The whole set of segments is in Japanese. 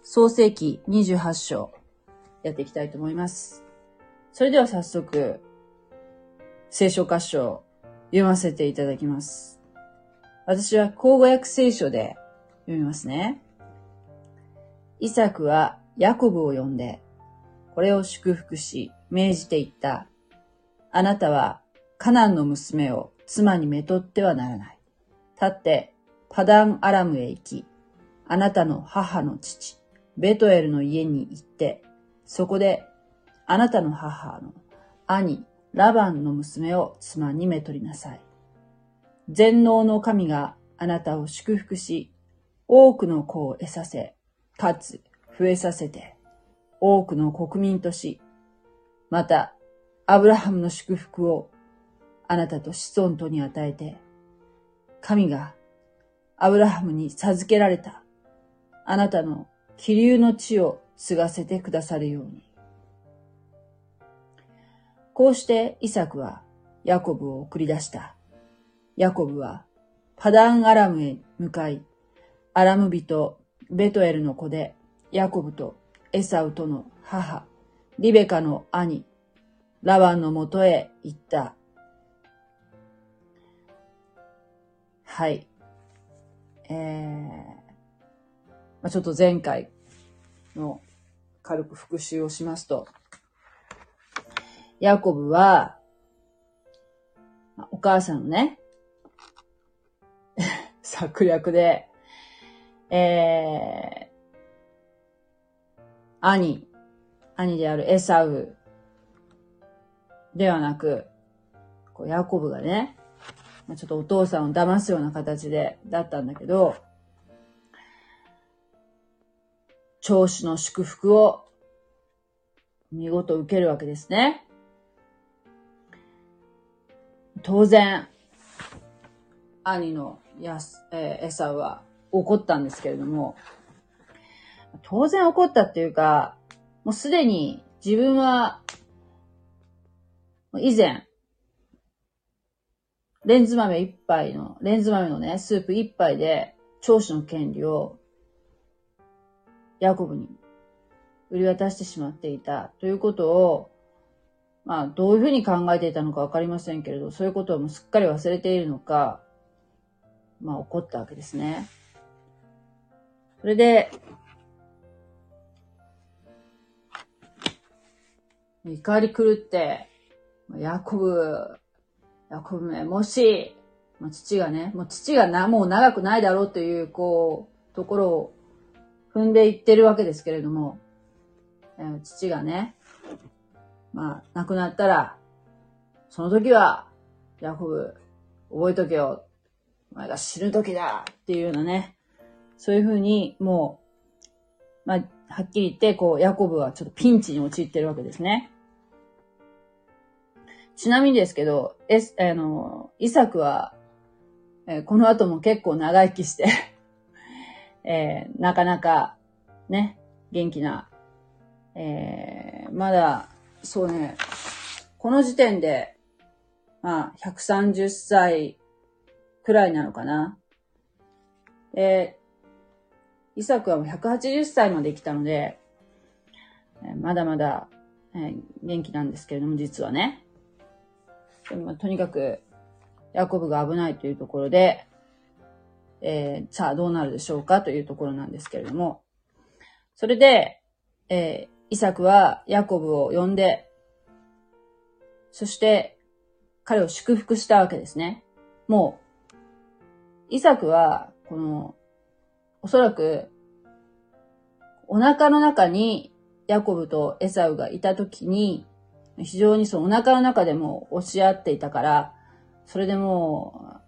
創世記28章やっていきたいと思います。それでは早速、聖書箇所を読ませていただきます。私は口語訳聖書で読みますね。イサクはヤコブを呼んで、これを祝福し、命じて言った。あなたはカナンの娘を妻にめとってはならない。立ってパダンアラムへ行き、あなたの母の父、ベトエルの家に行って、そこであなたの母の兄、ラバンの娘を妻にめとりなさい。全能の神があなたを祝福し、多くの子を得させ、かつ増えさせて、多くの国民とし、また、アブラハムの祝福をあなたと子孫とに与えて、神がアブラハムに授けられたあなたの気流の地を継がせてくださるように。こうしてイサクはヤコブを送り出した。ヤコブはパダンアラムへ向かい、アラム人ベトエルの子でヤコブとエサウとの母、リベカの兄、ラバンのもとへ行った。はい。ちょっと前回の軽く復習をしますと、ヤコブは、お母さんのね、策略で、兄であるエサウではなく、ヤコブがね、ちょっとお父さんを騙すような形だったんだけど、長子の祝福を見事受けるわけですね。当然、兄のエサウは怒ったんですけれども、当然怒ったっていうか、もうすでに自分は以前、レンズ豆のね、スープ一杯で長子の権利をヤコブに売り渡してしまっていたということを、どういうふうに考えていたのかわかりませんけれど、そういうことをもうすっかり忘れているのか、怒ったわけですね。それで、怒り狂って、ヤコブね、もし、父がもう長くないだろうという、ところを踏んでいってるわけですけれども、父がね、亡くなったら、その時は、ヤコブ、覚えとけよ。お前が死ぬ時だっていうようなね、そういうふうに、もう、はっきり言って、ヤコブはちょっとピンチに陥ってるわけですね。ちなみにですけど、イサクは、この後も結構長生きして、なかなか、ね、元気な、まだ、そうね、この時点で、130歳くらいなのかな。イサクはもう180歳まで生きたので、まだまだ、元気なんですけれども、実はね。でもとにかく、ヤコブが危ないというところで、さあどうなるでしょうかというところなんですけれども、それで、イサクはヤコブを呼んで、そして彼を祝福したわけですね。もう、イサクは、おそらく、お腹の中にヤコブとエサウがいたときに、非常にお腹の中でも押し合っていたから、それでも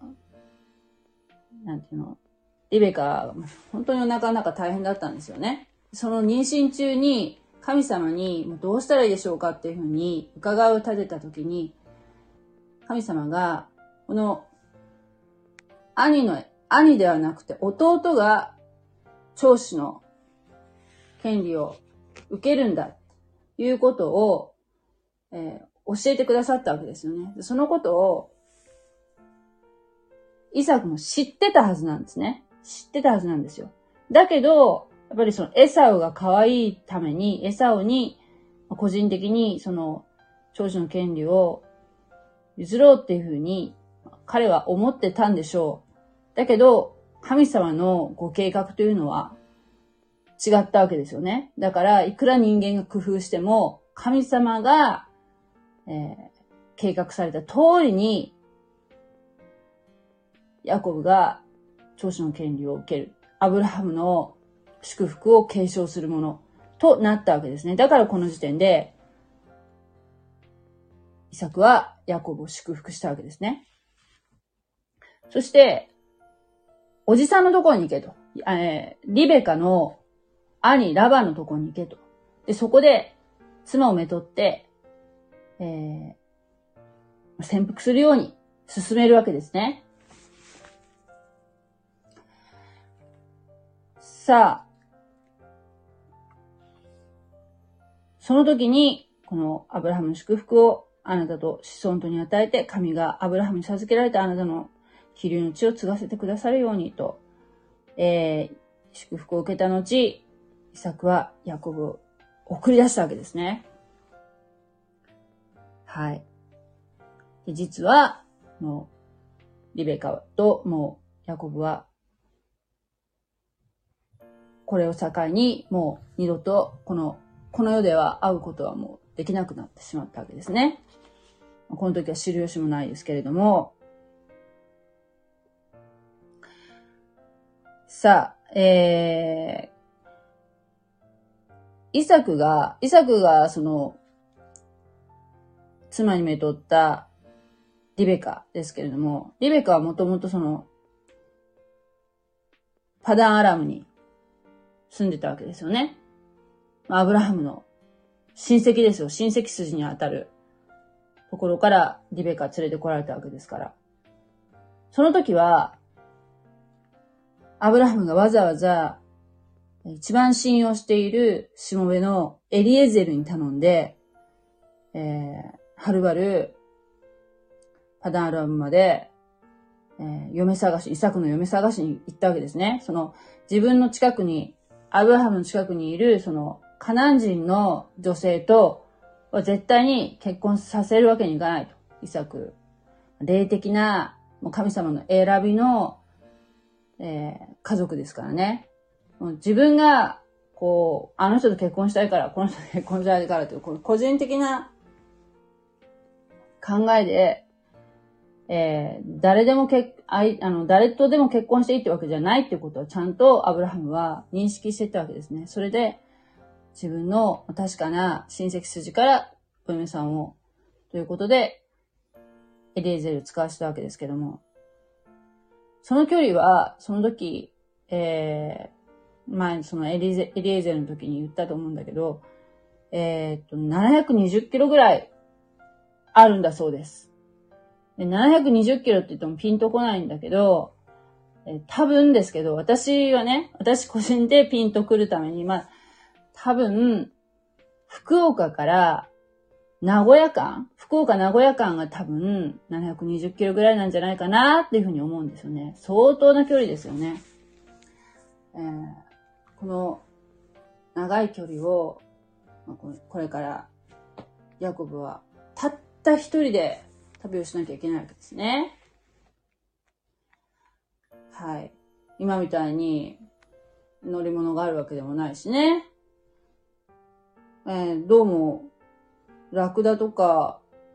う、リベカ、本当にお腹の中大変だったんですよね。その妊娠中に神様にどうしたらいいでしょうかっていうふうに伺いを立てたときに、神様が、この兄ではなくて弟が長子の権利を受けるんだということを、教えてくださったわけですよね。そのことをイサクも知ってたはずなんですね。知ってたはずなんですよ。だけど、 やっぱりそのエサウが可愛いために、エサウに個人的にその長子の権利を譲ろうっていうふうに彼は思ってたんでしょう。だけど、神様のご計画というのは違ったわけですよね。だから、いくら人間が工夫しても、神様が、計画された通りに、ヤコブが長子の権利を受ける。アブラハムの祝福を継承するものとなったわけですね。だからこの時点で、イサクはヤコブを祝福したわけですね。そして、おじさんのところに行けと。リベカの兄ラバンのところに行けと。で、そこで妻をめとって、潜伏するように進めるわけですね。さあ、その時に、このアブラハムの祝福をあなたと子孫とに与えて、神がアブラハムに授けられたあなたの気流の地を継がせてくださるようにと、祝福を受けた後、イサクはヤコブを送り出したわけですね。はい。で実は、もう、リベカともうヤコブは、これを境に、もう二度とこの世では会うことはもうできなくなってしまったわけですね。この時は知る由もないですけれども、さあ、イサクがその、妻にめとったリベカですけれども、リベカはもともとその、パダンアラムに住んでたわけですよね。アブラハムの親戚ですよ。親戚筋にあたるところからリベカ連れてこられたわけですから。その時は、アブラハムがわざわざ一番信用しているしもべのエリエゼルに頼んで、はるばるパダンアラムまで、嫁探し、イサクの嫁探しに行ったわけですね。その自分の近くに、アブラハムの近くにいるそのカナン人の女性とは絶対に結婚させるわけにいかないと。イサク。霊的な、もう神様の選びの、家族ですからね。もう自分が、こう、あの人と結婚したいから、この人と結婚したいからという、この個人的な考えで、誰とでも結婚していいってわけじゃないってことはちゃんとアブラハムは認識していったわけですね。それで自分の確かな親戚筋からお嫁さんをということでエリエゼルを使わせたわけですけども、その距離はその時、前そのエリエゼルの時に言ったと思うんだけど、720キロぐらいあるんだそうです。で720キロって言ってもピンとこないんだけど、多分ですけど、私個人でピンとくるために、多分、福岡名古屋間が多分720キロぐらいなんじゃないかなっていうふうに思うんですよね。相当な距離ですよね。この長い距離を、これからヤコブはたった一人で旅をしなきゃいけないわけですね。はい。今みたいに乗り物があるわけでもないしね。どうも、ラクダとか、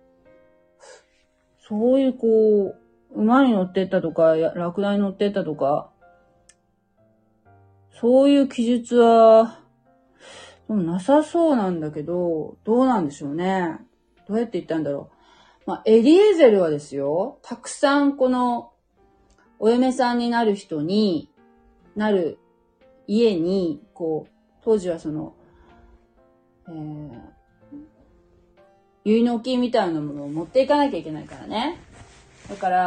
そういう馬に乗ってったとか、ラクダに乗ってったとか、そういう記述は、でもなさそうなんだけど、どうなんでしょうね。どうやって言ったんだろう。エリエゼルはですよ、たくさんこの、お嫁さんになる人に、なる家に、当時はその、結納金みたいなものを持っていかなきゃいけないからね。だから、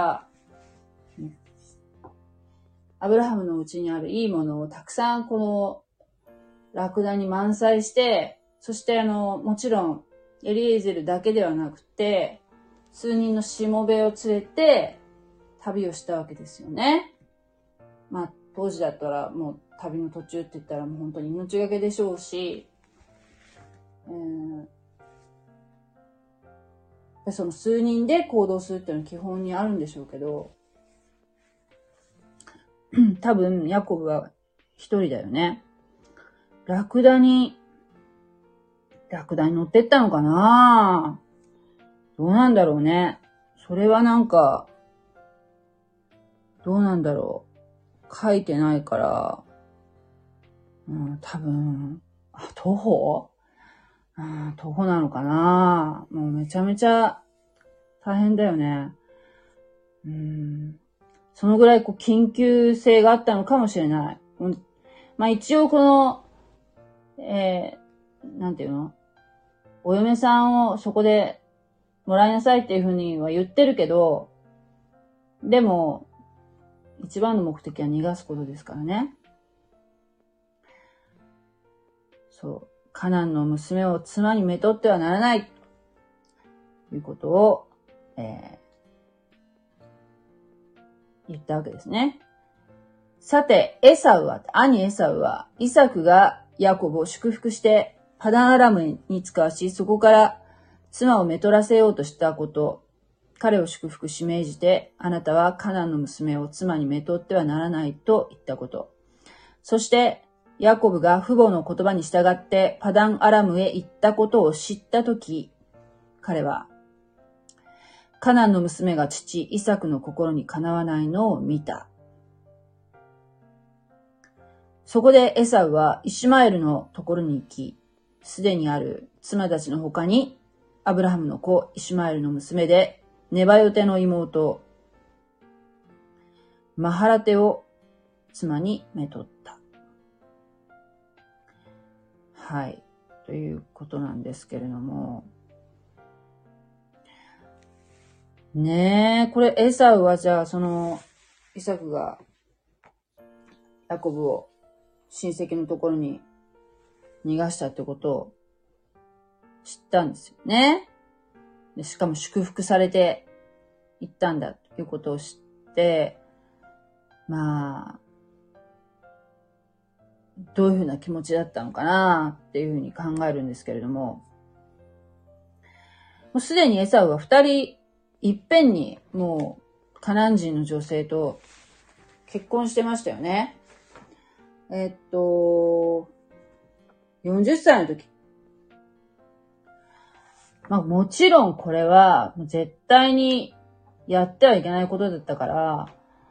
アブラハムのうちにあるいいものをたくさんこのラクダに満載して、そしてもちろんエリエゼルだけではなくて、数人のしもべを連れて旅をしたわけですよね。 当時だったらもう旅の途中って言ったらもう本当に命がけでしょうし、その数人で行動するっていうのは基本にあるんでしょうけど、多分ヤコブは一人だよね。ラクダに乗ってったのかな？どうなんだろうね。それはなんか、どうなんだろう。書いてないから、多分、徒歩？徒歩なのかな？もうめちゃめちゃ大変だよね。そのぐらい緊急性があったのかもしれない。まあ一応この、なんていうの？お嫁さんをそこでもらいなさいっていうふうには言ってるけど、でも、一番の目的は逃がすことですからね。そう。カナンの娘を妻にめとってはならない。ということを、言ったわけですね。さて、兄エサウは、イサクがヤコブを祝福して、パダンアラムに使わし、そこから妻をめとらせようとしたこと、彼を祝福し命じて、あなたはカナンの娘を妻にめとってはならないと言ったこと。そして、ヤコブが父母の言葉に従ってパダンアラムへ行ったことを知ったとき、彼は、カナンの娘が父イサクの心にかなわないのを見た。そこでエサウはイシュマエルのところに行き、すでにある妻たちの他に、アブラハムの子イシュマエルの娘で、ネバヨテの妹、マハラテを妻にめとった。はい。ということなんですけれども。ねえ、これエサウはじゃあイサクがヤコブを親戚のところに逃がしたってことを知ったんですよね。でしかも祝福されて行ったんだということを知って、まあ、どういうふうな気持ちだったのかなっていうふうに考えるんですけれども、もうすでにエサウは二人いっぺんにもうカナン人の女性と結婚してましたよね。40歳の時。まあもちろんこれは絶対にやってはいけないことだったから、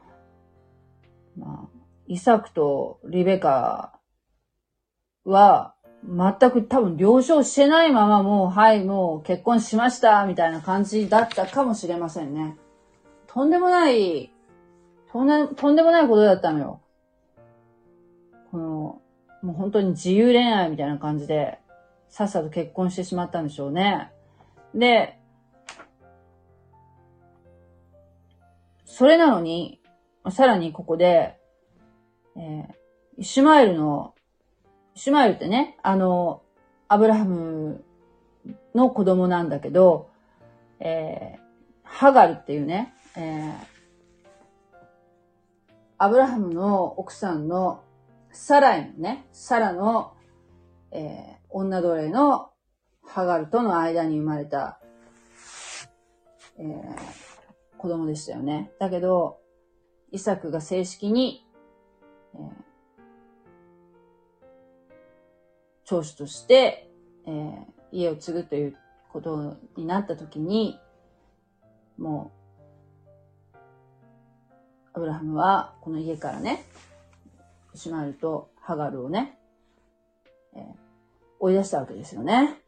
まあ、イサクとリベカは全く多分了承してないままもう結婚しましたみたいな感じだったかもしれませんね。とんでもないことだったのよ。もう本当に自由恋愛みたいな感じで、さっさと結婚してしまったんでしょうね。で、それなのに、さらにここで、イシュマエルってね、アブラハムの子供なんだけど、ハガルっていうね、アブラハムの奥さんのサラの、女奴隷のハガルとの間に生まれた、子供でしたよね。だけど、イサクが正式に、長子として、家を継ぐということになったときに、もう、アブラハムはこの家からね、イシュマエルとハガルをね、追い出したわけですよね。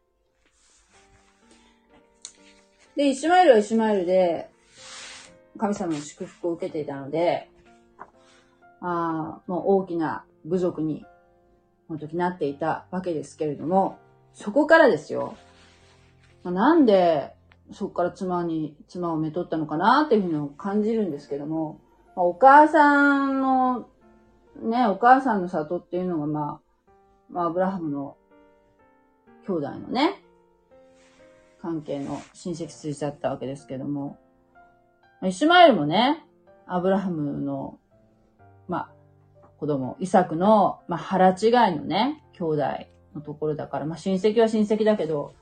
で、イシュマエルはイシュマエルで、神様の祝福を受けていたので、もう大きな部族に、この時なっていたわけですけれども、そこからですよ。なんで、そこから妻をめとったのかなっていうふうに感じるんですけども、お母さんの里っていうのがアブラハムの兄弟のね、関係の親戚筋だったわけですけども、イシュマエルもね、アブラハムの、 子供、イサクの、腹違いのね、兄弟のところだから、親戚は親戚だけど、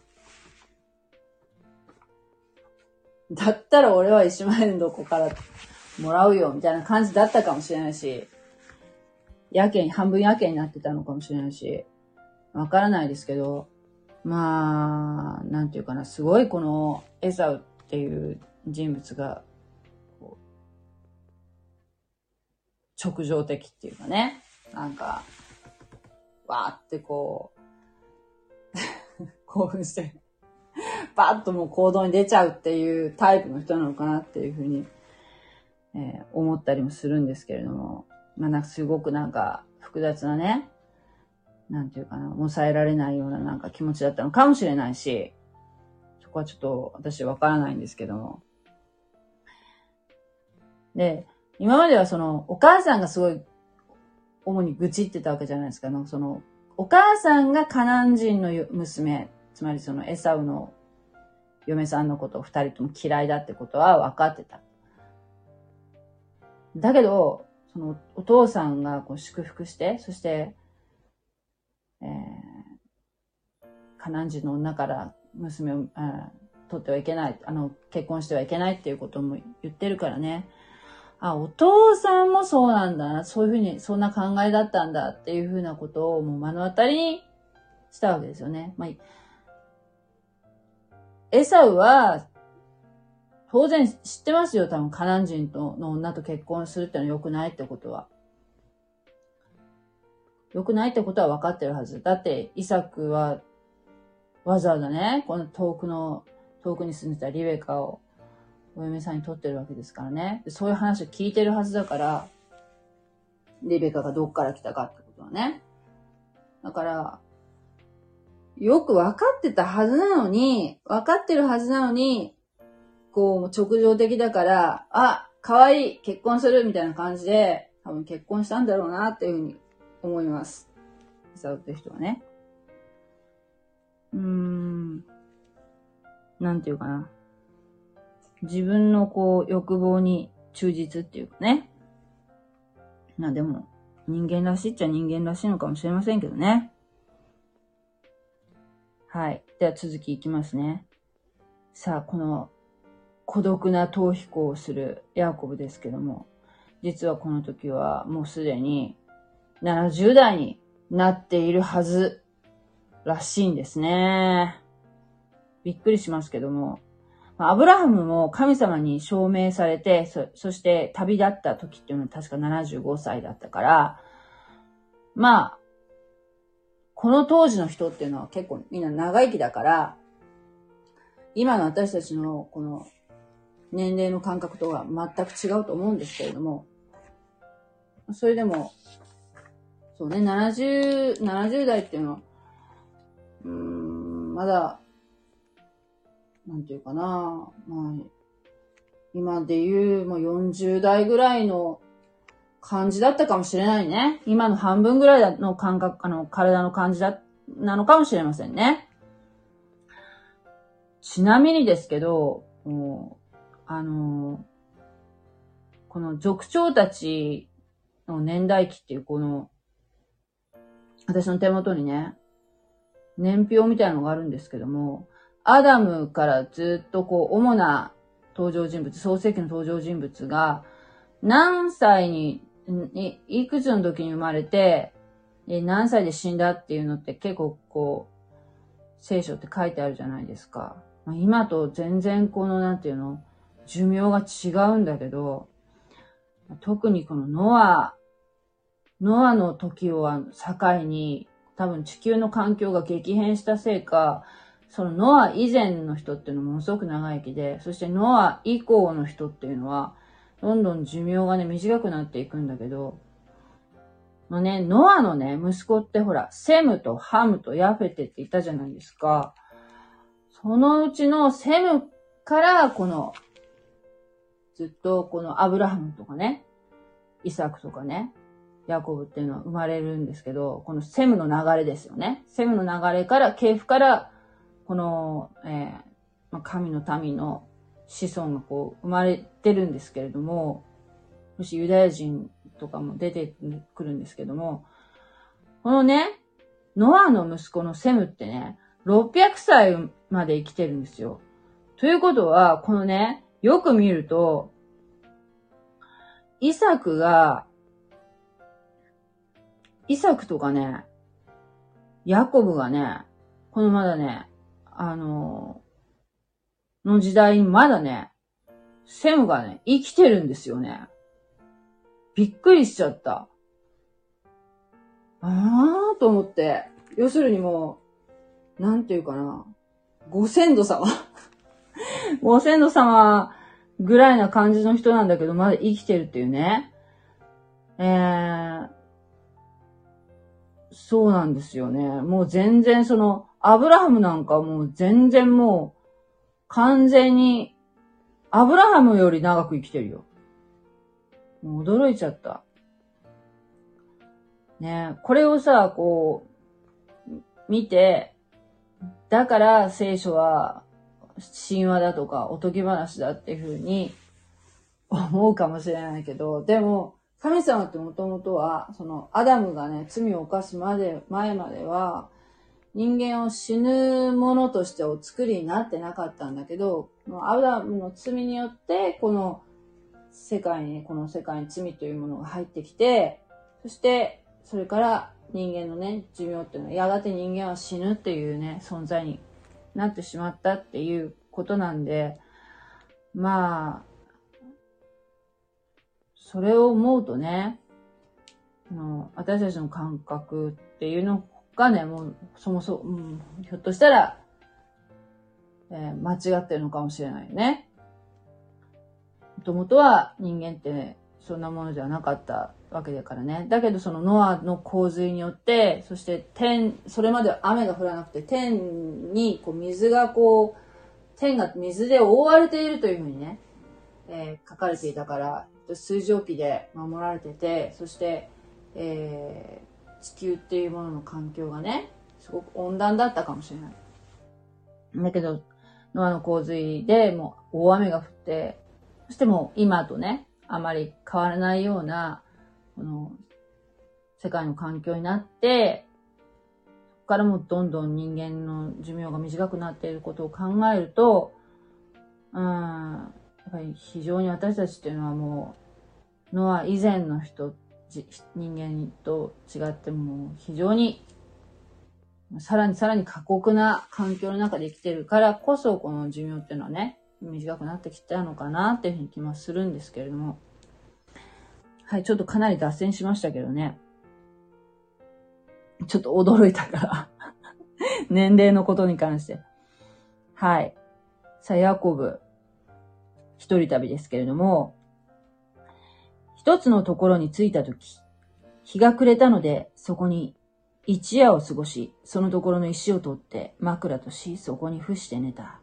だったら俺はイシュマエルのどこからもらうよ、みたいな感じだったかもしれないし、半分やけになってたのかもしれないし、わからないですけど、なんていうかな、すごいこのエサウっていう人物が、直情的っていうかね、なんか、わーってこう、興奮して、バッともう行動に出ちゃうっていうタイプの人なのかなっていうふうに、思ったりもするんですけれども、なんかすごくなんか複雑なね、なんていうかな、抑えられないようななんか気持ちだったのかもしれないし、そこはちょっと私わからないんですけども。で、今まではお母さんがすごい、主に愚痴ってたわけじゃないですか。お母さんがカナン人の娘、つまりエサウの嫁さんのことを二人とも嫌いだってことは分かってた。だけど、お父さんがこう祝福して、そして、カナン人の女から娘を取ってはいけない、結婚してはいけないっていうことも言ってるからね。お父さんもそうなんだな、そういうふうに、そんな考えだったんだっていうふうなことをもう目の当たりにしたわけですよね。エサウは、当然知ってますよ、多分カナン人の女と結婚するってのは良くないってことは。良くないってことは分かってるはず。だって、イサクは、わざわざね、この遠くに住んでたリベカを、お嫁さんに取ってるわけですからね。そういう話を聞いてるはずだから、リベカがどっから来たかってことはね。だから、よく分かってるはずなのに、こう、直情的だから、可愛い、結婚するみたいな感じで、多分結婚したんだろうなっていうふうに思います。イサウって人はね。なんていうかな。自分のこう、欲望に忠実っていうかね。でも、人間らしいっちゃ人間らしいのかもしれませんけどね。はい。では続きいきますね。さあ、この孤独な逃避行をするヤコブですけども、実はこの時はもうすでに70代になっているはずらしいんですね。びっくりしますけども、アブラハムも神様に証明されて、そして旅立った時っていうのは確か75歳だったから、この当時の人っていうのは結構みんな長生きだから、今の私たちのこの年齢の感覚とは全く違うと思うんですけれども、それでも、そうね、70代っていうのは、まだ、なんていうかな、今で言う、40代ぐらいの感じだったかもしれないね。今の半分ぐらいの感覚、体の感じなのかもしれませんね。ちなみにですけど、この族長たちの年代記っていう私の手元にね、年表みたいなのがあるんですけども、アダムからずっと主な登場人物、創世記の登場人物が、何歳に、いくつの時に生まれて、何歳で死んだっていうのって結構聖書って書いてあるじゃないですか。今と全然なんていうの、寿命が違うんだけど、特にこのノアの時を境に、多分地球の環境が激変したせいか、そのノア以前の人っていうのものすごく長生きで、そしてノア以降の人っていうのは、どんどん寿命がね、短くなっていくんだけど、ノアのね、息子ってほら、セムとハムとヤフェテっていたじゃないですか。そのうちのセムからずっとアブラハムとかね、イサクとかね、ヤコブっていうのは生まれるんですけど、このセムの流れですよね。セムの流れから、系譜から、神の民の子孫が生まれてるんですけれども、もしユダヤ人とかも出てくるんですけども、このね、ノアの息子のセムってね、600歳まで生きてるんですよ。ということは、このね、よく見ると、イサクとかね、ヤコブがね、このまだね、の時代にまだね、セムがね、生きてるんですよね。びっくりしちゃった。と思って。要するにもう、なんていうかな。ご先祖様ご先祖様ぐらいな感じの人なんだけど、まだ生きてるっていうね。そうなんですよね。もう全然アブラハムなんかもう全然もう、完全に、アブラハムより長く生きてるよ。もう驚いちゃった。ね、これをさ、こう、見て、だから聖書は神話だとかおとぎ話だっていう風に思うかもしれないけど、でも、神様ってもともとは、アダムがね、罪を犯す前までは、人間を死ぬものとしてお作りになってなかったんだけど、アダムの罪によって、この世界に罪というものが入ってきて、そして、それから人間のね、寿命っていうのは、やがて人間は死ぬっていうね、存在になってしまったっていうことなんで、まあ、それを思うとね、私たちの感覚っていうのがね、もうそもそも、ひょっとしたら、間違ってるのかもしれないよね。もともとは人間って、ね、そんなものじゃなかったわけだからね。だけどそのノアの洪水によって、そしてそれまでは雨が降らなくて天にこう水が天が水で覆われているというふうにね、書かれていたから、水蒸気で守られてて、そして、地球っていうものの環境がね、すごく温暖だったかもしれない。だけど、ノアの洪水でもう大雨が降って、そしてもう今とね、あまり変わらないような、この世界の環境になって、そこからもうどんどん人間の寿命が短くなっていることを考えると、やっぱり非常に私たちっていうのはもう、ノア以前の人間と違っても非常にさらに過酷な環境の中で生きてるからこそ、この寿命っていうのはね、短くなってきたのかなっていうふうに気もするんですけれども。はい、ちょっとかなり脱線しましたけどね。ちょっと驚いたから。年齢のことに関して。はい。さあ、ヤコブ。一人旅ですけれども、一つのところに着いたとき、日が暮れたので、そこに一夜を過ごし、そのところの石を取って枕とし、そこに伏して寝た。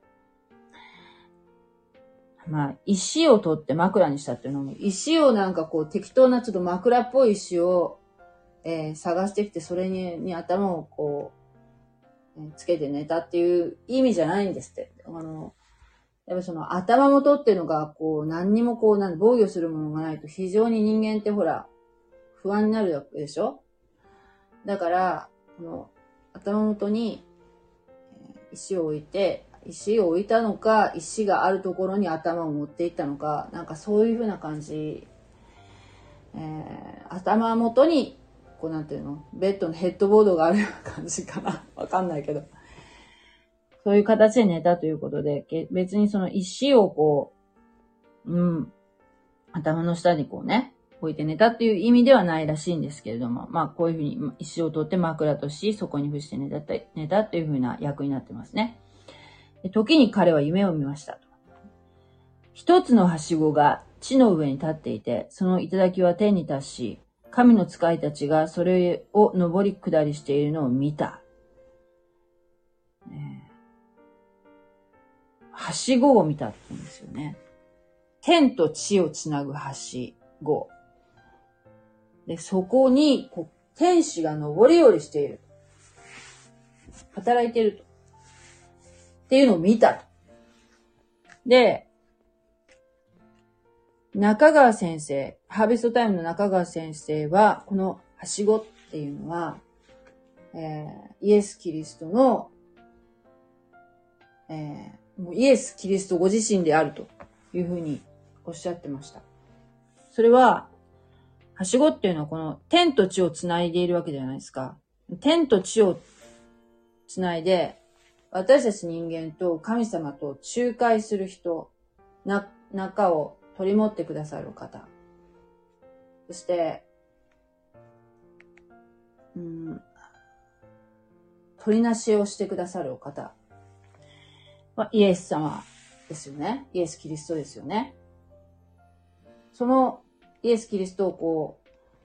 まあ、石を取って枕にしたっていうのも、石をなんかこう適当なちょっと枕っぽい石を、探してきて、それに頭をこう、つけて寝たっていう意味じゃないんですって。やっぱその頭元っていうのがこう何にも防御するものがないと非常に人間ってほら、不安になるわけでしょ？だから、この頭元に石を置いて、石を置いたのか、石があるところに頭を持っていったのか、なんかそういう風な感じ、頭元に、なんていうの、ベッドのヘッドボードがあるような感じかな。わかんないけど。そういう形で寝たということで、別にその石を頭の下に置いて寝たっていう意味ではないらしいんですけれども、まあこういうふうに石を取って枕とし、そこに伏して寝たっていうふうな訳になってますね。時に彼は夢を見ましたと。一つのはしごが地の上に立っていて、その頂は天に達し、神の使いたちがそれを上り下りしているのを見た。はしごを見たって言うんですよね。天と地をつなぐはしご。で、そこに天使が上り下りしている。働いていると。っていうのを見たと。で、中川先生、 ハーベストタイムの中川先生は、このはしごっていうのは、イエス・キリストの、もうイエス・キリストご自身であるというふうにおっしゃってました。それは、はしごっていうのはこの天と地をつないでいるわけじゃないですか。天と地をつないで、私たち人間と神様と仲介する人、中を取り持ってくださる方。そして、取りなしをしてくださるお方。イエス様ですよね。イエス・キリストですよね。そのイエス・キリストを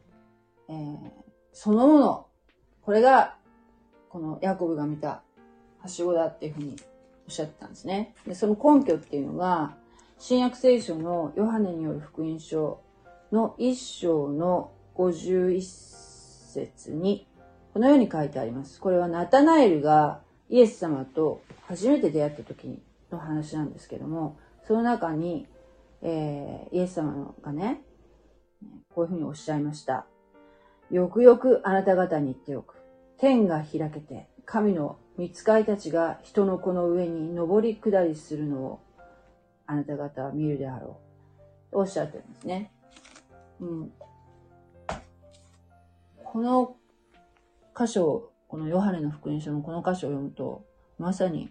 そのもの、これが、このヤコブが見たはしごだっていうふうにおっしゃってたんですね。で、その根拠っていうのが、新約聖書のヨハネによる福音書の1章の51節に、このように書いてあります。これはナタナエルがイエス様と初めて出会った時の話なんですけども、その中に、イエス様がね、こういうふうにおっしゃいました。よくよくあなた方に言っておく。天が開けて、神の御使いたちが人の子の上に上り下りするのをあなた方は見るであろう。とおっしゃってるんですね。この箇所、このヨハネの福音書のこの箇所を読むと、まさに、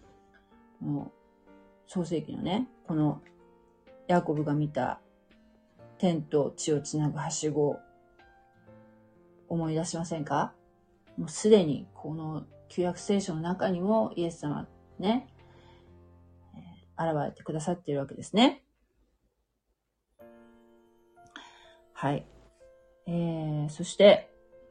創世記のね、このヤコブが見た天と地をつなぐはしごを思い出しませんか？もうすでにこの旧約聖書の中にもイエス様ね、現れてくださっているわけですね。はい。そして、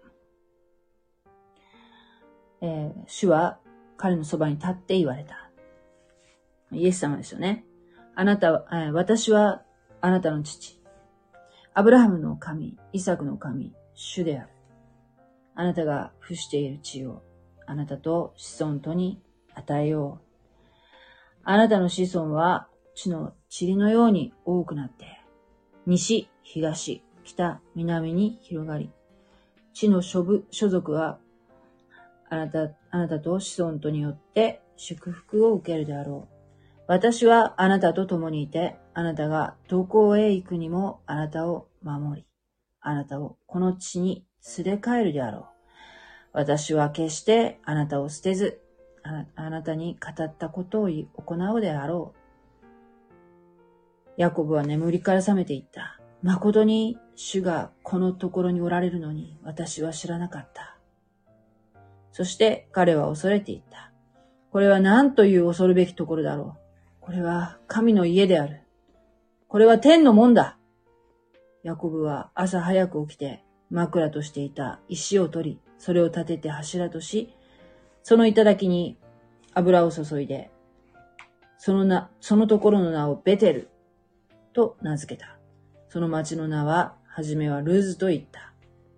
主は彼のそばに立って言われた。イエス様ですよね。私はあなたの父、アブラハムの神、イサクの神、主である。あなたが付している地をあなたと子孫とに与えよう。あなたの子孫は地の塵のように多くなって、西、東、北、南に広がり、地の所属はあなたと子孫とによって祝福を受けるであろう。私はあなたと共にいて、あなたがどこへ行くにもあなたを守り、あなたをこの地に連れ帰るであろう。私は決してあなたを捨てず、あなたに語ったことを行うであろう。ヤコブは眠りから覚めていった。誠に主がこのところにおられるのに私は知らなかった。そして彼は恐れていった。これは何という恐るべきところだろう。これは神の家である。これは天の門だ。ヤコブは朝早く起きて枕としていた石を取り、それを立てて柱とし、その頂に油を注いで、そのところの名をベテルと名付けた。その町の名は、はじめはルーズと言った。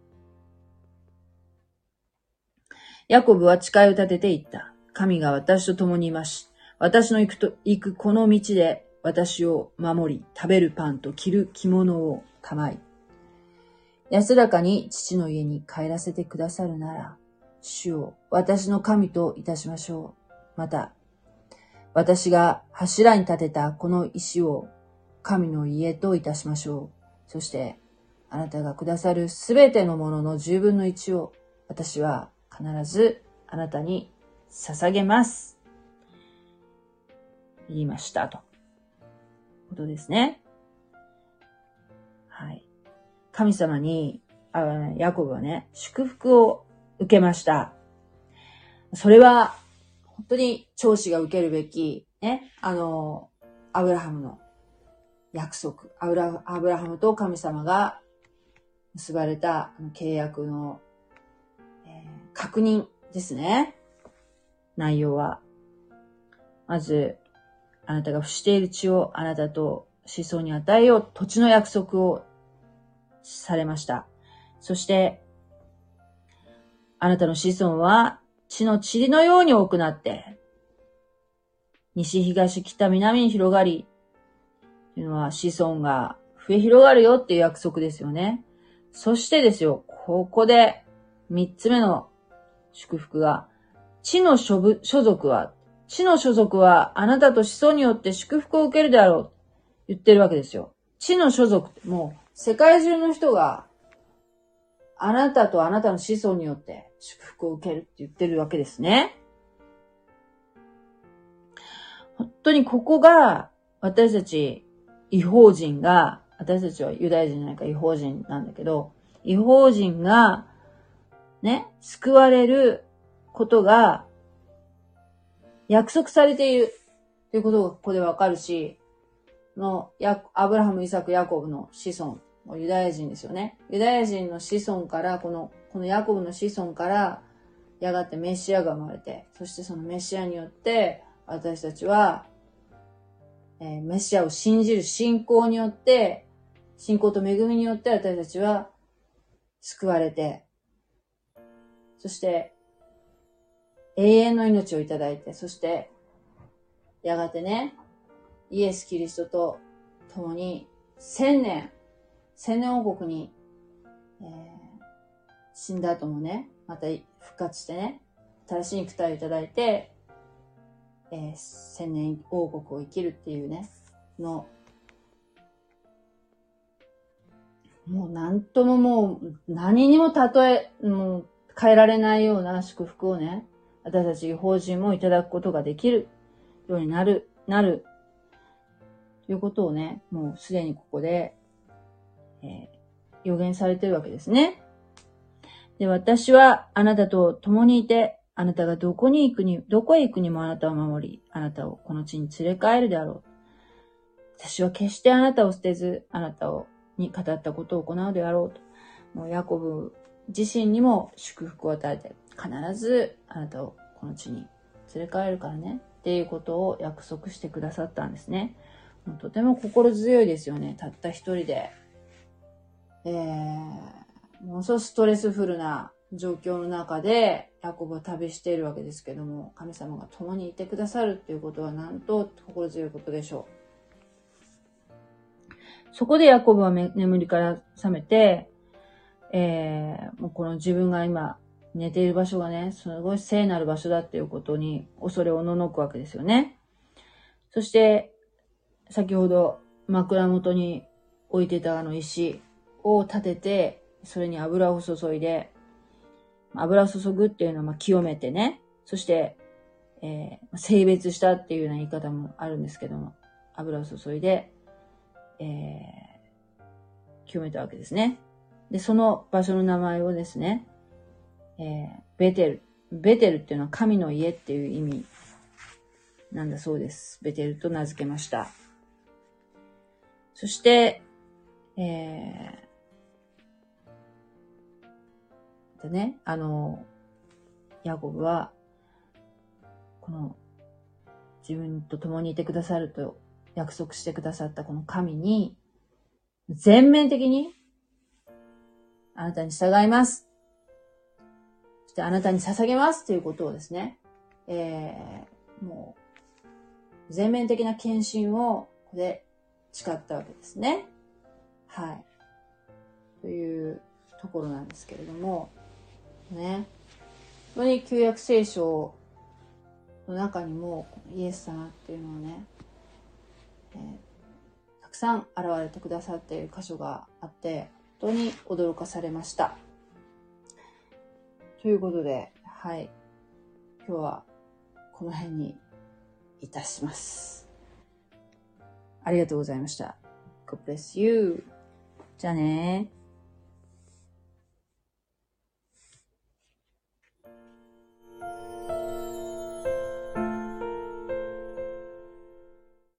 ヤコブは誓いを立てて言った。神が私と共にいまし、私の行くこの道で私を守り、食べるパンと着る着物を構い、安らかに父の家に帰らせてくださるなら、主を私の神といたしましょう。また、私が柱に立てたこの石を神の家といたしましょう。そして、あなたがくださるすべてのものの1/10を私は必ずあなたに捧げます。言いましたと。ことですね。はい。神様に、ヤコブはね、祝福を受けました。それは、本当に長子が受けるべき、ね、アブラハムの約束、アブラハムと神様が結ばれた契約の、確認ですね。内容は。まず、あなたが付している地をあなたと子孫に与えよう、土地の約束をされました。そして、あなたの子孫は地の塵のように多くなって、西、東、北、南に広がり、というのは子孫が増え広がるよっていう約束ですよね。そしてですよ、ここで3つ目の祝福が、地の所属はあなたと子孫によって祝福を受けるであろう。言ってるわけですよ。地の所属ってもう世界中の人があなたとあなたの子孫によって祝福を受けるって言ってるわけですね。本当にここが私たち異邦人が、私たちはユダヤ人じゃないか異邦人なんだけど、異邦人がね、救われることが約束されているということがここでわかるし、アブラハム、イサク、ヤコブの子孫、ユダヤ人ですよね。ユダヤ人の子孫から、このヤコブの子孫から、やがてメシアが生まれて、そしてそのメシアによって、私たちは、メシアを信じる信仰によって、信仰と恵みによって私たちは救われて、そして永遠の命をいただいて、そしてやがてね、イエス・キリストと共に千年王国に、死んだ後もね、また復活してね、新しい肉体をいただいて、千年王国を生きるっていうね、もうなんとももう何にももう変えられないような祝福をね、私たち異邦人もいただくことができるようになる、ということをね、もうすでにここで、予言されているわけですね。で、私はあなたと共にいて、あなたがどこへ行くにもあなたを守り、あなたをこの地に連れ帰るであろう。私は決してあなたを捨てず、あなたに語ったことを行うであろうと。もうヤコブ自身にも祝福を与えて、必ずあなたをこの地に連れ帰るからね、っていうことを約束してくださったんですね。とても心強いですよね。たった一人で。ものすごくストレスフルな状況の中でヤコブは旅しているわけですけども、神様が共にいてくださるっていうことはなんと心強いことでしょう。そこでヤコブは眠りから覚めて、もうこの自分が今寝ている場所がね、すごい聖なる場所だっていうことに恐れをののくわけですよね。そして先ほど枕元に置いてた石を立てて、それに油を注いで、油を注ぐっていうのは清めてね、そして、聖別したっていうような言い方もあるんですけども、油を注いで、清めたわけですね。で、その場所の名前をですね、ベテルっていうのは神の家っていう意味なんだそうです。ベテルと名付けました。そして、ね、ヤコブは、この自分と共にいてくださると約束してくださったこの神に、全面的に、あなたに従います。そしてあなたに捧げますということをですね、もう、全面的な献身をここで誓ったわけですね。はい。というところなんですけれども、ね。本当に旧約聖書の中にもイエス様っていうのをね、たくさん現れてくださっている箇所があって、本当に驚かされました。ということで、はい。今日はこの辺にいたします。ありがとうございました。God bless you. じゃあね。